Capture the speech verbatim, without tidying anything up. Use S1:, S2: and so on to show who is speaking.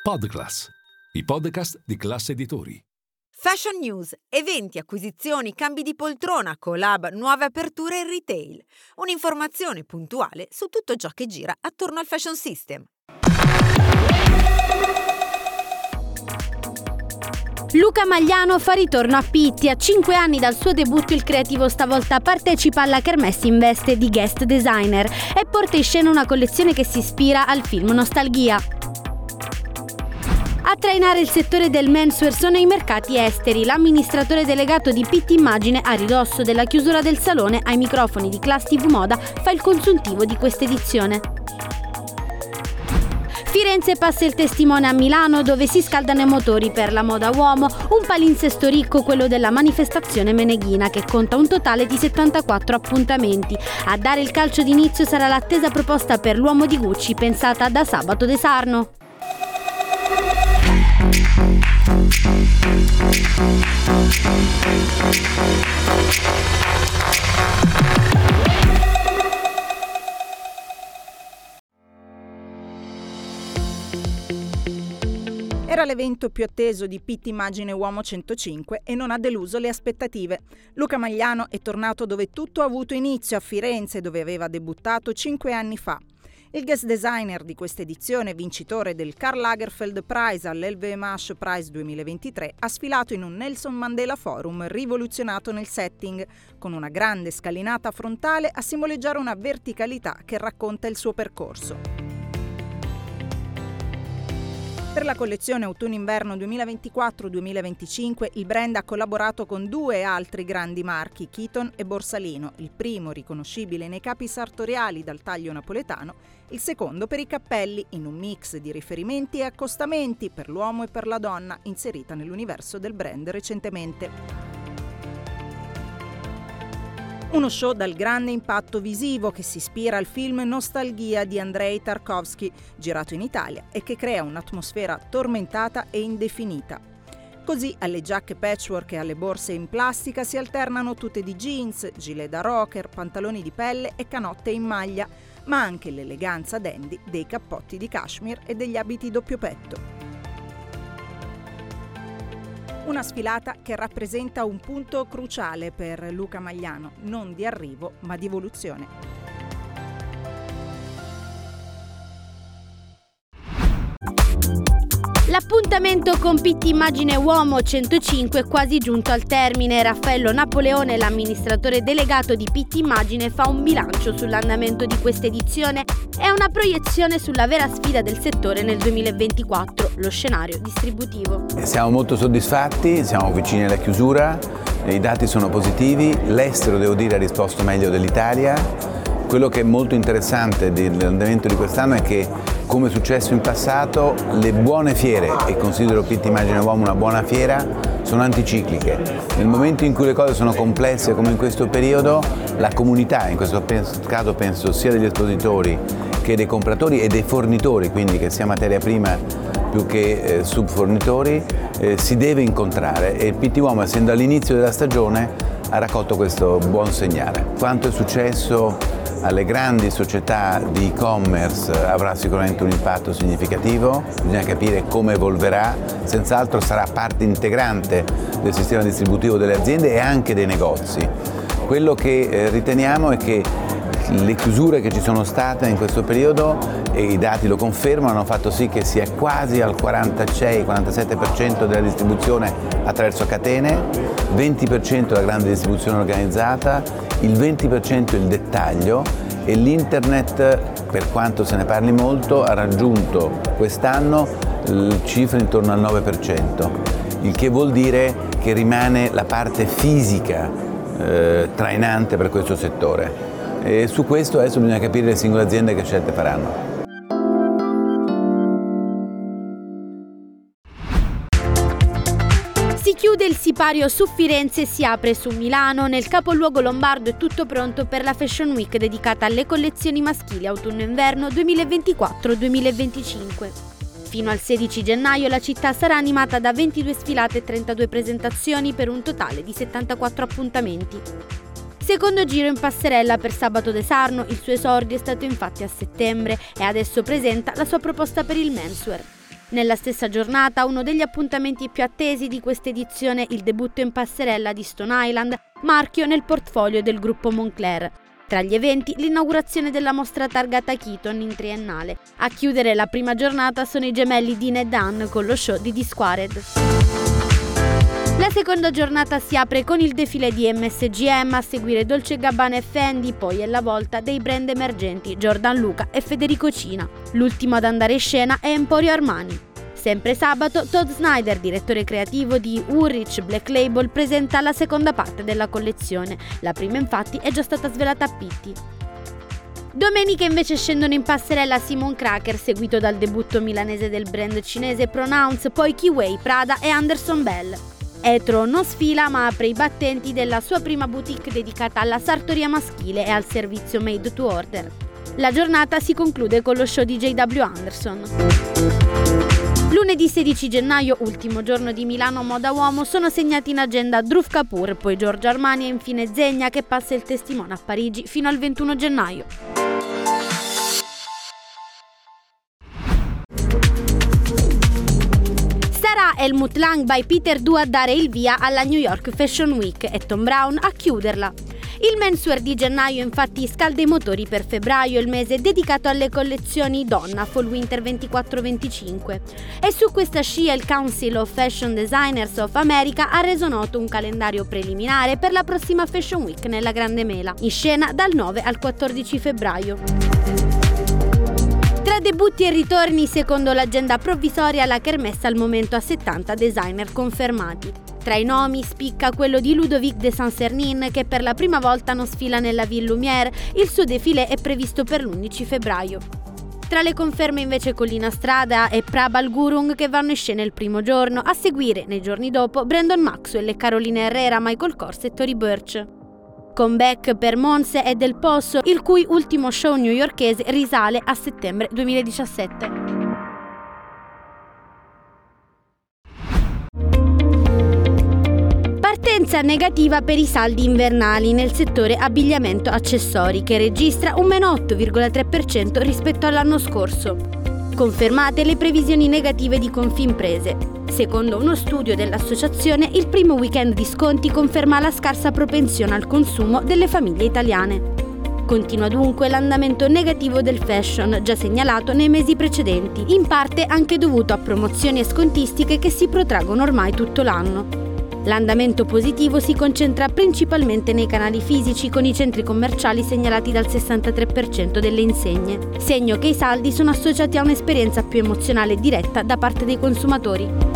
S1: Podclass, i podcast di Class Editori.
S2: Fashion News, eventi, acquisizioni, cambi di poltrona, collab, nuove aperture in retail. Un'informazione puntuale su tutto ciò che gira attorno al fashion system.
S3: Luca Magliano fa ritorno a Pitti. A cinque anni dal suo debutto il creativo stavolta partecipa alla Kermesse in veste di guest designer e porta in scena una collezione che si ispira al film Nostalgia. A trainare il settore del menswear sono i mercati esteri. L'amministratore delegato di Pitti Immagine, a ridosso della chiusura del salone, ai microfoni di Class tivù Moda, fa il consuntivo di questa edizione. Firenze passa il testimone a Milano, dove si scaldano i motori per la moda uomo, un palinsesto ricco quello della manifestazione Meneghina, che conta un totale di settantaquattro appuntamenti. A dare il calcio d'inizio sarà l'attesa proposta per l'uomo di Gucci, pensata da Sabato De Sarno.
S4: Era l'evento più atteso di Pitti Immagine Uomo centocinque e non ha deluso le aspettative. Luca Magliano è tornato dove tutto ha avuto inizio, a Firenze, dove aveva debuttato cinque anni fa. Il guest designer di questa edizione, vincitore del Karl Lagerfeld Prize all'L V M H Prize duemilaventitré, ha sfilato in un Nelson Mandela Forum rivoluzionato nel setting, con una grande scalinata frontale a simboleggiare una verticalità che racconta il suo percorso. Per la collezione autunno-inverno duemilaventiquattro duemilaventicinque il brand ha collaborato con due altri grandi marchi, Kiton e Borsalino, il primo riconoscibile nei capi sartoriali dal taglio napoletano, il secondo per i cappelli, in un mix di riferimenti e accostamenti per l'uomo e per la donna, inserita nell'universo del brand recentemente. Uno show dal grande impatto visivo che si ispira al film Nostalgia di Andrei Tarkovsky, girato in Italia e che crea un'atmosfera tormentata e indefinita. Così alle giacche patchwork e alle borse in plastica si alternano tute di jeans, gilet da rocker, pantaloni di pelle e canotte in maglia, ma anche l'eleganza dandy dei cappotti di cashmere e degli abiti doppio petto. Una sfilata che rappresenta un punto cruciale per Luca Magliano, non di arrivo ma di evoluzione.
S3: L'appuntamento con Pitti Immagine Uomo centocinque è quasi giunto al termine. Raffaello Napoleone, l'amministratore delegato di Pitti Immagine, fa un bilancio sull'andamento di questa edizione e una proiezione sulla vera sfida del settore nel duemilaventiquattro, lo scenario distributivo.
S5: Siamo molto soddisfatti, siamo vicini alla chiusura, i dati sono positivi, l'estero devo dire ha risposto meglio dell'Italia. Quello che è molto interessante dell'andamento di quest'anno è che, come è successo in passato, le buone fiere, e considero Pitti Immagine Uomo una buona fiera, sono anticicliche. Nel momento in cui le cose sono complesse come in questo periodo, la comunità, in questo caso penso sia degli espositori che dei compratori e dei fornitori, quindi che sia materia prima più che eh, subfornitori, eh, si deve incontrare, e il Pitti Uomo, essendo all'inizio della stagione, ha raccolto questo buon segnale. Quanto è successo alle grandi società di e-commerce avrà sicuramente un impatto significativo, bisogna capire come evolverà, senz'altro sarà parte integrante del sistema distributivo delle aziende e anche dei negozi. Quello che eh, riteniamo è che le chiusure che ci sono state in questo periodo, e i dati lo confermano, hanno fatto sì che sia quasi al quarantasei quarantasette per cento della distribuzione attraverso catene, venti per cento la grande distribuzione organizzata, il venti per cento il dettaglio, e l'internet, per quanto se ne parli molto, ha raggiunto quest'anno cifre intorno al nove per cento, il che vuol dire che rimane la parte fisica eh, trainante per questo settore. E su questo adesso bisogna capire le singole aziende che scelte faranno.
S3: Si chiude il sipario su Firenze e si apre su Milano. Nel capoluogo lombardo è tutto pronto per la Fashion Week dedicata alle collezioni maschili autunno-inverno duemilaventiquattro duemilaventicinque. Fino al sedici gennaio la città sarà animata da ventidue sfilate e trentadue presentazioni per un totale di settantaquattro appuntamenti. Secondo giro in passerella per Sabato De Sarno, il suo esordio è stato infatti a settembre e adesso presenta la sua proposta per il menswear. Nella stessa giornata, uno degli appuntamenti più attesi di questa edizione, il debutto in passerella di Stone Island, marchio nel portfolio del gruppo Moncler. Tra gli eventi, l'inaugurazione della mostra targata Keaton in triennale. A chiudere la prima giornata sono i gemelli Dean e Dan con lo show di The Squared. La seconda giornata si apre con il defilé di M S G M, a seguire Dolce and Gabbana e Fendi, poi è la volta dei brand emergenti Giordano Luca e Federico Cina. L'ultimo ad andare in scena è Emporio Armani. Sempre sabato, Todd Snyder, direttore creativo di Woolrich Black Label, presenta la seconda parte della collezione. La prima infatti è già stata svelata a Pitti. Domenica invece scendono in passerella Simon Cracker, seguito dal debutto milanese del brand cinese Pronounce, poi Kiway, Prada e Anderson Bell. Etro non sfila ma apre i battenti della sua prima boutique dedicata alla sartoria maschile e al servizio made to order. La giornata si conclude con lo show di J W Anderson. Lunedì sedici gennaio, ultimo giorno di Milano Moda Uomo, sono segnati in agenda Dhruv Kapoor, poi Giorgio Armani e infine Zegna che passa il testimone a Parigi fino al ventuno gennaio. Helmut Lang by Peter Du a dare il via alla New York Fashion Week e Thom Browne a chiuderla. Il menswear di gennaio infatti scalda i motori per febbraio, il mese dedicato alle collezioni donna Fall Winter ventiquattro venticinque. E su questa scia il Council of Fashion Designers of America ha reso noto un calendario preliminare per la prossima Fashion Week nella Grande Mela, in scena dal nove al quattordici febbraio. Tra debutti e ritorni, secondo l'agenda provvisoria, la kermesse al momento ha settanta designer confermati. Tra i nomi spicca quello di Ludovic de Saint-Cernin, che per la prima volta non sfila nella Ville Lumière. Il suo defilé è previsto per l'undici febbraio. Tra le conferme invece Collina Strada e Prabal Gurung che vanno in scena il primo giorno, a seguire nei giorni dopo Brandon Maxwell e Carolina Herrera, Michael Kors e Tory Burch. Comeback per Monse e Del Posso, il cui ultimo show newyorkese risale a settembre duemiladiciassette. Partenza negativa per i saldi invernali nel settore abbigliamento accessori, che registra un meno otto virgola tre per cento rispetto all'anno scorso. Confermate le previsioni negative di Confimprese. Secondo uno studio dell'associazione, il primo weekend di sconti conferma la scarsa propensione al consumo delle famiglie italiane. Continua dunque l'andamento negativo del fashion, già segnalato nei mesi precedenti, in parte anche dovuto a promozioni e scontistiche che si protraggono ormai tutto l'anno. L'andamento positivo si concentra principalmente nei canali fisici, con i centri commerciali segnalati dal sessantatré per cento delle insegne, segno che i saldi sono associati a un'esperienza più emozionale e diretta da parte dei consumatori.